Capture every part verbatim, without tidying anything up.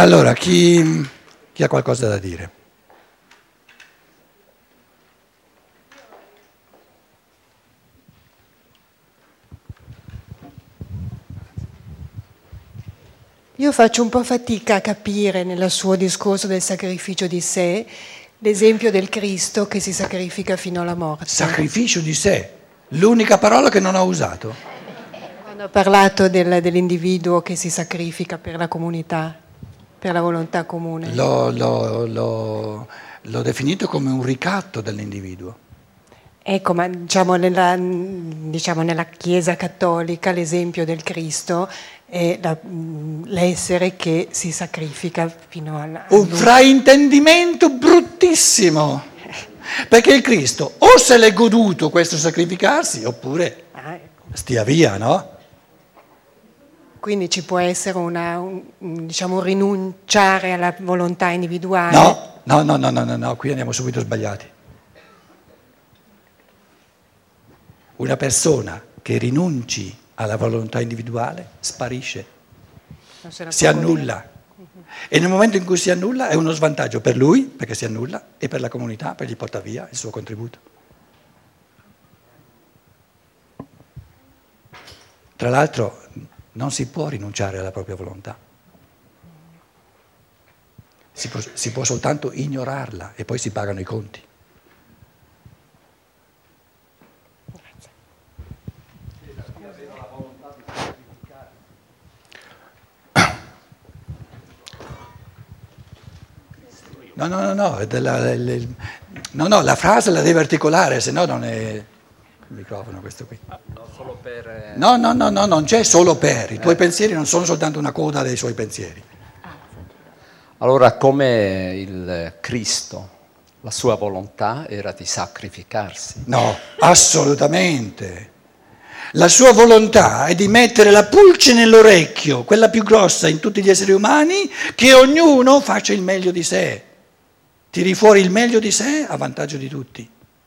Allora, chi, chi ha qualcosa da dire? Io faccio un po' fatica a capire nel suo discorso del sacrificio di sé l'esempio del Cristo che si sacrifica fino alla morte. Sacrificio di sé, l'unica parola che non ho usato. Quando ha parlato del, dell'individuo che si sacrifica per la comunità, per la volontà comune. L'ho, l'ho, l'ho, l'ho definito come un ricatto dell'individuo. Ecco, ma diciamo nella, diciamo nella Chiesa cattolica l'esempio del Cristo è la, l'essere che si sacrifica fino alla... Un fraintendimento bruttissimo, perché il Cristo o se l'è goduto questo sacrificarsi oppure Ah, ecco. stia via, no? Quindi ci può essere una, un, diciamo, un rinunciare alla volontà individuale? No, no, no, no, no, no, no, qui andiamo subito sbagliati. Una persona che rinunci alla volontà individuale sparisce, si annulla. E nel momento in cui si annulla è uno svantaggio per lui, perché si annulla, e per la comunità, perché gli porta via il suo contributo. Tra l'altro non si può rinunciare alla propria volontà, si può, si può soltanto ignorarla e poi si pagano i conti. No, no, no, no, della, le, no, no, la frase la deve articolare, se no non è il microfono questo qui. Ah, no, solo per, eh... no, no, no, no, non c'è solo per, i tuoi eh. pensieri non sono soltanto una coda dei suoi pensieri. Allora, come il Cristo, la sua volontà era di sacrificarsi? No, assolutamente. La sua volontà è di mettere la pulce nell'orecchio, quella più grossa in tutti gli esseri umani, che ognuno faccia il meglio di sé. Tiri fuori il meglio di sé a vantaggio di tutti.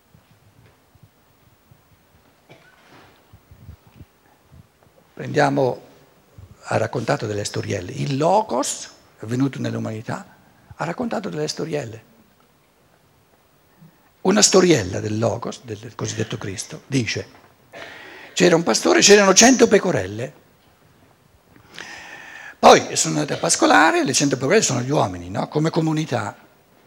Prendiamo, ha raccontato delle storielle. Il Logos, è venuto nell'umanità, ha raccontato delle storielle. Una storiella del Logos, del cosiddetto Cristo, dice: c'era un pastore, c'erano cento pecorelle. Poi sono andate a pascolare, le cento pecorelle sono gli uomini, no? Come comunità.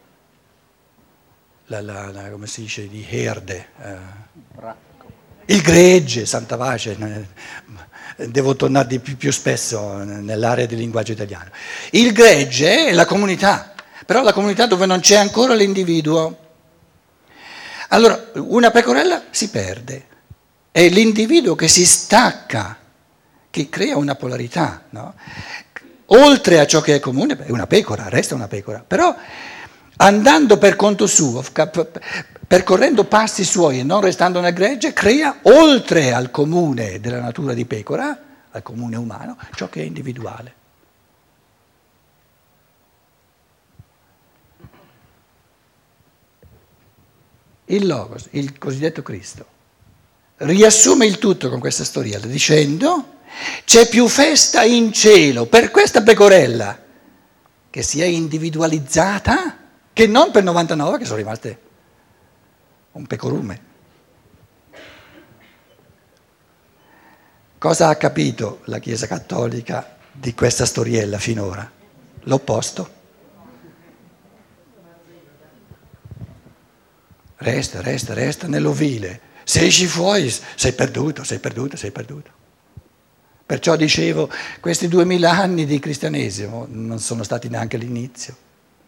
La, la, la, come si dice, di herde, eh. Il gregge, santa pace, devo tornare di più, più spesso nell'area del linguaggio italiano. Il gregge è la comunità, però la comunità dove non c'è ancora l'individuo. Allora, una pecorella si perde, è l'individuo che si stacca, che crea una polarità, no? Oltre a ciò che è comune, è una pecora, resta una pecora, però andando per conto suo, percorrendo passi suoi e non restando nel gregge, crea oltre al comune della natura di pecora, al comune umano, ciò che è individuale. Il Logos, il cosiddetto Cristo, riassume il tutto con questa storiella dicendo: c'è più festa in cielo per questa pecorella che si è individualizzata che non per novantanove che sono rimaste un pecorume. Cosa ha capito la Chiesa Cattolica di questa storiella finora? L'opposto. Resta, resta, resta nell'ovile. Se esci fuori sei perduto, sei perduto, sei perduto. Perciò dicevo, questi duemila anni di cristianesimo non sono stati neanche l'inizio.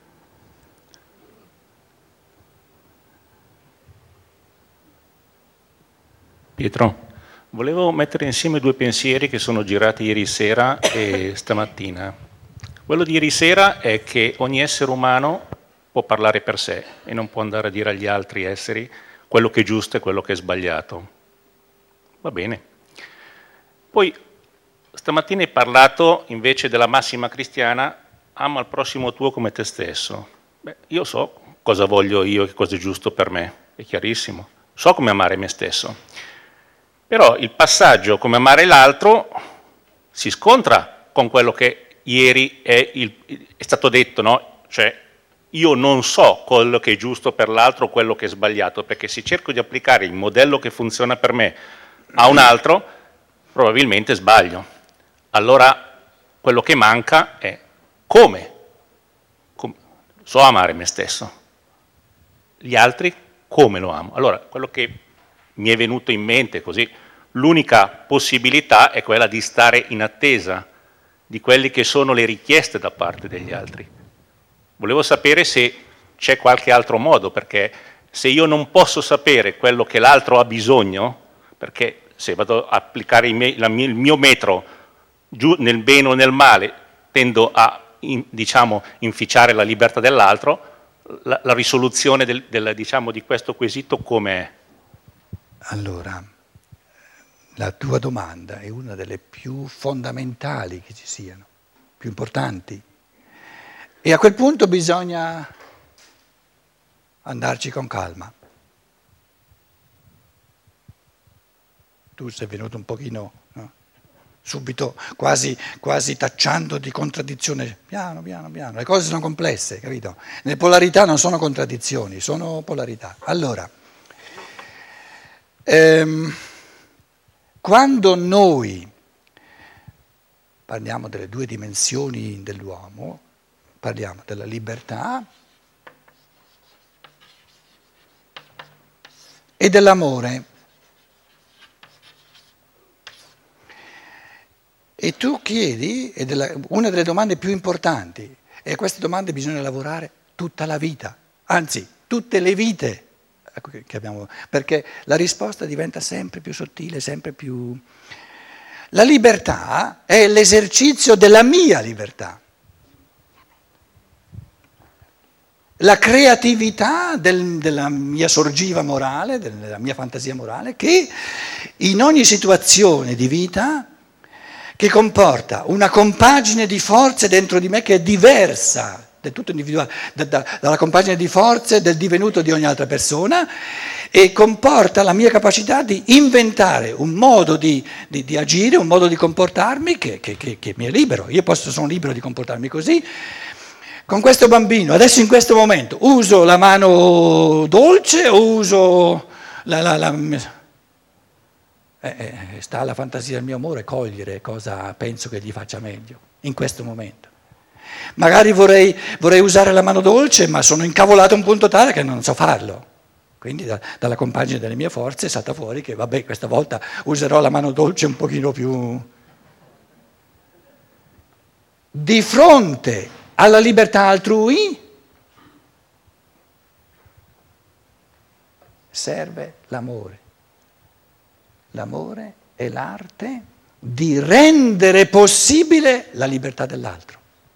Pietro, volevo mettere insieme due pensieri che sono girati ieri sera e stamattina. Quello di ieri sera è che ogni essere umano può parlare per sé e non può andare a dire agli altri esseri quello che è giusto e quello che è sbagliato. Va bene. Poi stamattina hai parlato invece della massima cristiana: ama il prossimo tuo come te stesso. Beh, io so cosa voglio io e che cosa è giusto per me, è chiarissimo. So come amare me stesso. Però il passaggio come amare l'altro si scontra con quello che ieri è, il, è stato detto, no? Cioè, io non so quello che è giusto per l'altro o quello che è sbagliato, perché se cerco di applicare il modello che funziona per me a un altro, probabilmente sbaglio. Allora, quello che manca è come? come? So amare me stesso. Gli altri come lo amo? Allora, quello che mi è venuto in mente così, l'unica possibilità è quella di stare in attesa di quelle che sono le richieste da parte degli altri. Volevo sapere se c'è qualche altro modo, perché se io non posso sapere quello che l'altro ha bisogno, perché se vado a applicare il mio, il mio metro giù nel bene o nel male, tendo a in, diciamo, inficiare la libertà dell'altro, la, la risoluzione del, del, diciamo, di questo quesito com'è? Allora, la tua domanda è una delle più fondamentali che ci siano, più importanti. E a quel punto bisogna andarci con calma. Tu sei venuto un pochino, no? Subito quasi, quasi tacciando di contraddizione, piano, piano, piano. Le cose sono complesse, capito? Le polarità non sono contraddizioni, sono polarità. Allora, ehm, quando noi parliamo delle due dimensioni dell'uomo, parliamo della libertà e dell'amore. E tu chiedi, ed è la, una delle domande più importanti, e a queste domande bisogna lavorare tutta la vita, anzi tutte le vite che abbiamo, perché la risposta diventa sempre più sottile, sempre più... La libertà è l'esercizio della mia libertà. La creatività del, della mia sorgiva morale, della mia fantasia morale, che in ogni situazione di vita, che comporta una compagine di forze dentro di me che è diversa, del tutto individuale, da, da, dalla compagine di forze del divenuto di ogni altra persona, e comporta la mia capacità di inventare un modo di, di, di agire, un modo di comportarmi che, che, che, che mi è libero. Io posso, sono libero di comportarmi così. Con questo bambino, adesso in questo momento, uso la mano dolce o uso la... la, la eh, eh, sta alla fantasia del mio amore cogliere cosa penso che gli faccia meglio, in questo momento. Magari vorrei, vorrei usare la mano dolce, ma sono incavolato a un punto tale che non so farlo. Quindi da, dalla compagine delle mie forze è salta fuori che, vabbè, questa volta userò la mano dolce un pochino più... Di fronte alla libertà altrui serve l'amore. L'amore è l'arte di rendere possibile la libertà dell'altro.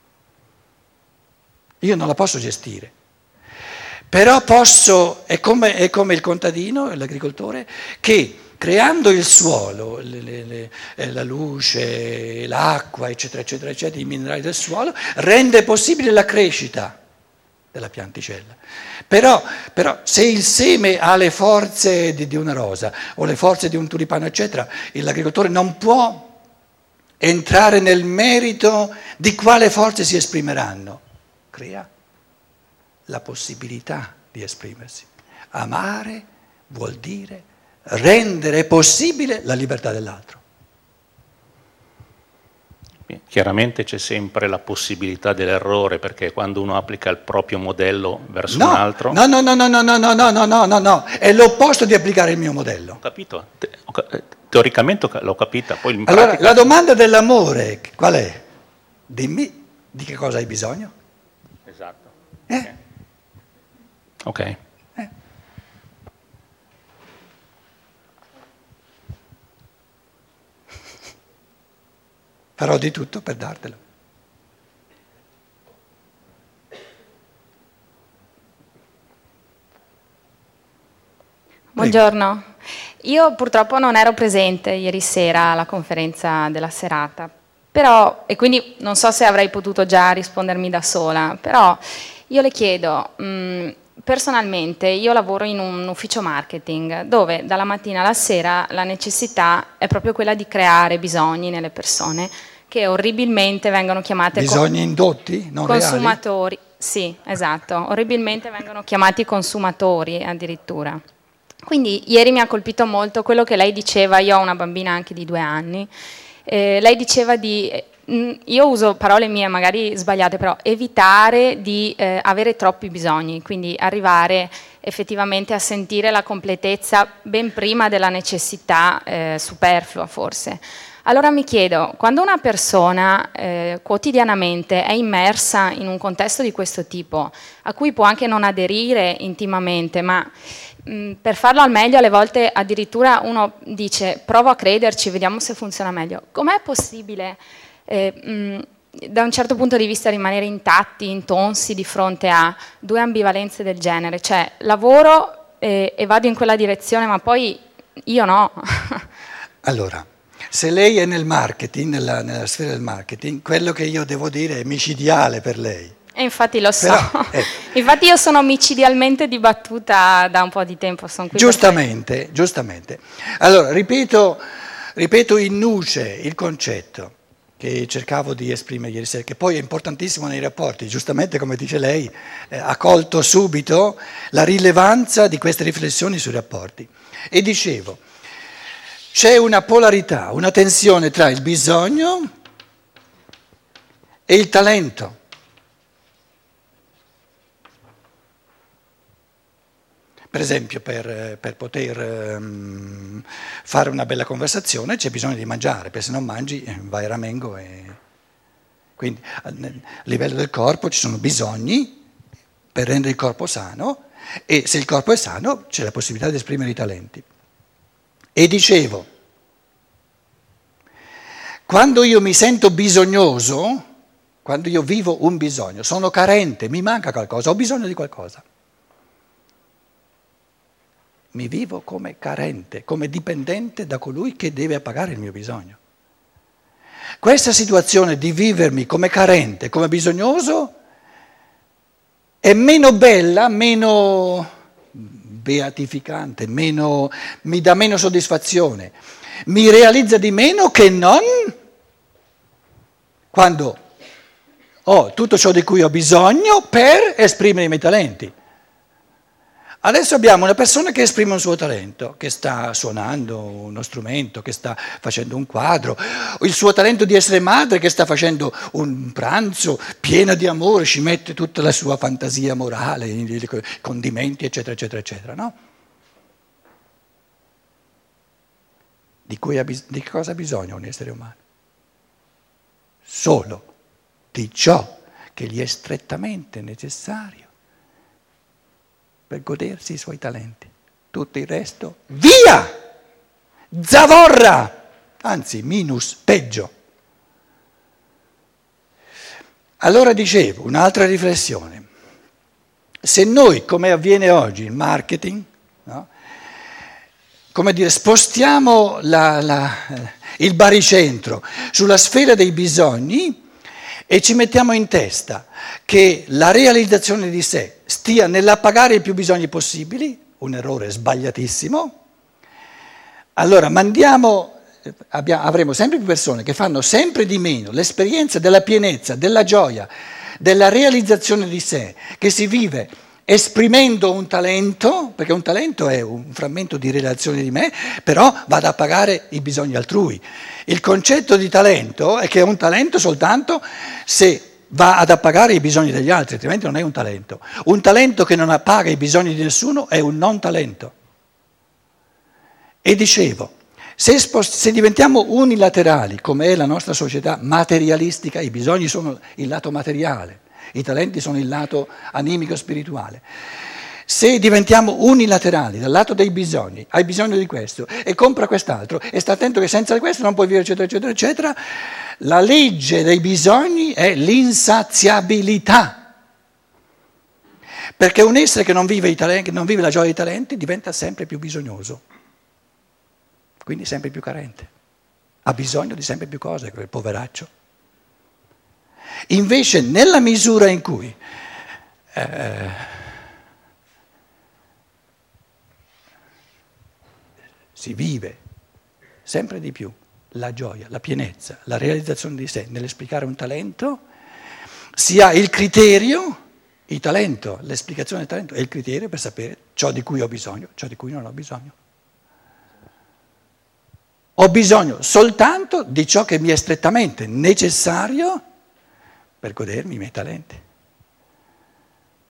Io non la posso gestire, però posso, è come, è come il contadino, l'agricoltore, che creando il suolo, le, le, le, la luce, l'acqua, eccetera, eccetera, eccetera, i minerali del suolo, rende possibile la crescita della pianticella. Però, però se il seme ha le forze di, di una rosa o le forze di un tulipano, eccetera, l'agricoltore non può entrare nel merito di quale forze si esprimeranno. Crea la possibilità di esprimersi. Amare vuol dire rendere possibile la libertà dell'altro. Chiaramente c'è sempre la possibilità dell'errore, perché quando uno applica il proprio modello verso no, un altro... No, no, no, no, no, no, no, no, no, no, no, è l'opposto di applicare il mio modello. Ho capito, Te, teoricamente l'ho capita, poi in allora, pratica... la domanda dell'amore qual è? Dimmi di che cosa hai bisogno. Esatto. Eh? Ok. Eh. Farò di tutto per dartelo. Buongiorno, io purtroppo non ero presente ieri sera alla conferenza della serata, però, e quindi non so se avrei potuto già rispondermi da sola, però io le chiedo, mh, personalmente io lavoro in un ufficio marketing dove dalla mattina alla sera la necessità è proprio quella di creare bisogni nelle persone che orribilmente vengono chiamate bisogni co- indotti, non consumatori. reali? Sì, esatto, orribilmente vengono chiamati consumatori addirittura. Quindi ieri mi ha colpito molto quello che lei diceva, io ho una bambina anche di due anni, eh, lei diceva di, eh, io uso parole mie magari sbagliate, però evitare di eh, avere troppi bisogni, quindi arrivare effettivamente a sentire la completezza ben prima della necessità eh, superflua forse. Allora mi chiedo, quando una persona eh, quotidianamente è immersa in un contesto di questo tipo, a cui può anche non aderire intimamente, ma mh, per farlo al meglio alle volte addirittura uno dice provo a crederci, vediamo se funziona meglio, com'è possibile eh, mh, da un certo punto di vista rimanere intatti, intonsi di fronte a due ambivalenze del genere? Cioè lavoro eh, e vado in quella direzione, ma poi io no. Allora, se lei è nel marketing, nella, nella sfera del marketing, quello che io devo dire è micidiale per lei. E infatti lo so. Però, eh, infatti io sono micidialmente dibattuta da un po' di tempo. Sono qui giustamente, giustamente. Allora, ripeto, ripeto in nuce il concetto che cercavo di esprimere ieri sera, che poi è importantissimo nei rapporti. Giustamente, come dice lei, eh, ha colto subito la rilevanza di queste riflessioni sui rapporti. E dicevo, c'è una polarità, una tensione tra il bisogno e il talento. Per esempio, per, per poter um, fare una bella conversazione c'è bisogno di mangiare, perché se non mangi vai a ramengo. E... Quindi a livello del corpo ci sono bisogni per rendere il corpo sano, e se il corpo è sano c'è la possibilità di esprimere i talenti. E dicevo, quando io mi sento bisognoso, quando io vivo un bisogno, sono carente, mi manca qualcosa, ho bisogno di qualcosa. Mi vivo come carente, come dipendente da colui che deve pagare il mio bisogno. Questa situazione di vivermi come carente, come bisognoso, è meno bella, meno beatificante, meno, mi dà meno soddisfazione, mi realizza di meno che non quando ho tutto ciò di cui ho bisogno per esprimere i miei talenti. Adesso abbiamo una persona che esprime un suo talento, che sta suonando uno strumento, che sta facendo un quadro, il suo talento di essere madre, che sta facendo un pranzo pieno di amore, ci mette tutta la sua fantasia morale, i condimenti, eccetera, eccetera, eccetera, no? Di, cui ha bis- di cosa ha bisogno un essere umano? Solo di ciò che gli è strettamente necessario per godersi i suoi talenti. Tutto il resto, via! Zavorra! Anzi, minus, peggio. Allora dicevo, un'altra riflessione. Se noi, come avviene oggi, il marketing, no? Come dire, spostiamo la, la, il baricentro sulla sfera dei bisogni e ci mettiamo in testa che la realizzazione di sé stia nell'appagare i più bisogni possibili, un errore sbagliatissimo, allora mandiamo, abbiamo, avremo sempre più persone che fanno sempre di meno l'esperienza della pienezza, della gioia, della realizzazione di sé, che si vive esprimendo un talento, perché un talento è un frammento di relazione di me, però vado a pagare i bisogni altrui. Il concetto di talento è che è un talento soltanto se va ad appagare i bisogni degli altri, altrimenti non è un talento. Un talento che non appaga i bisogni di nessuno è un non talento. E dicevo, se, spost- se diventiamo unilaterali, come è la nostra società materialistica, i bisogni sono il lato materiale, i talenti sono il lato animico-spirituale. Se diventiamo unilaterali dal lato dei bisogni, hai bisogno di questo e compra quest'altro e sta attento che senza questo non puoi vivere, eccetera, eccetera, eccetera, la legge dei bisogni è l'insaziabilità. Perché un essere che non vive, i talenti, non vive la gioia dei talenti diventa sempre più bisognoso, quindi sempre più carente, ha bisogno di sempre più cose, quel poveraccio. Invece nella misura in cui eh, si vive sempre di più la gioia, la pienezza, la realizzazione di sé nell'esplicare un talento, si ha il criterio, il talento, l'esplicazione del talento è il criterio per sapere ciò di cui ho bisogno, ciò di cui non ho bisogno. Ho bisogno soltanto di ciò che mi è strettamente necessario per godermi i miei talenti.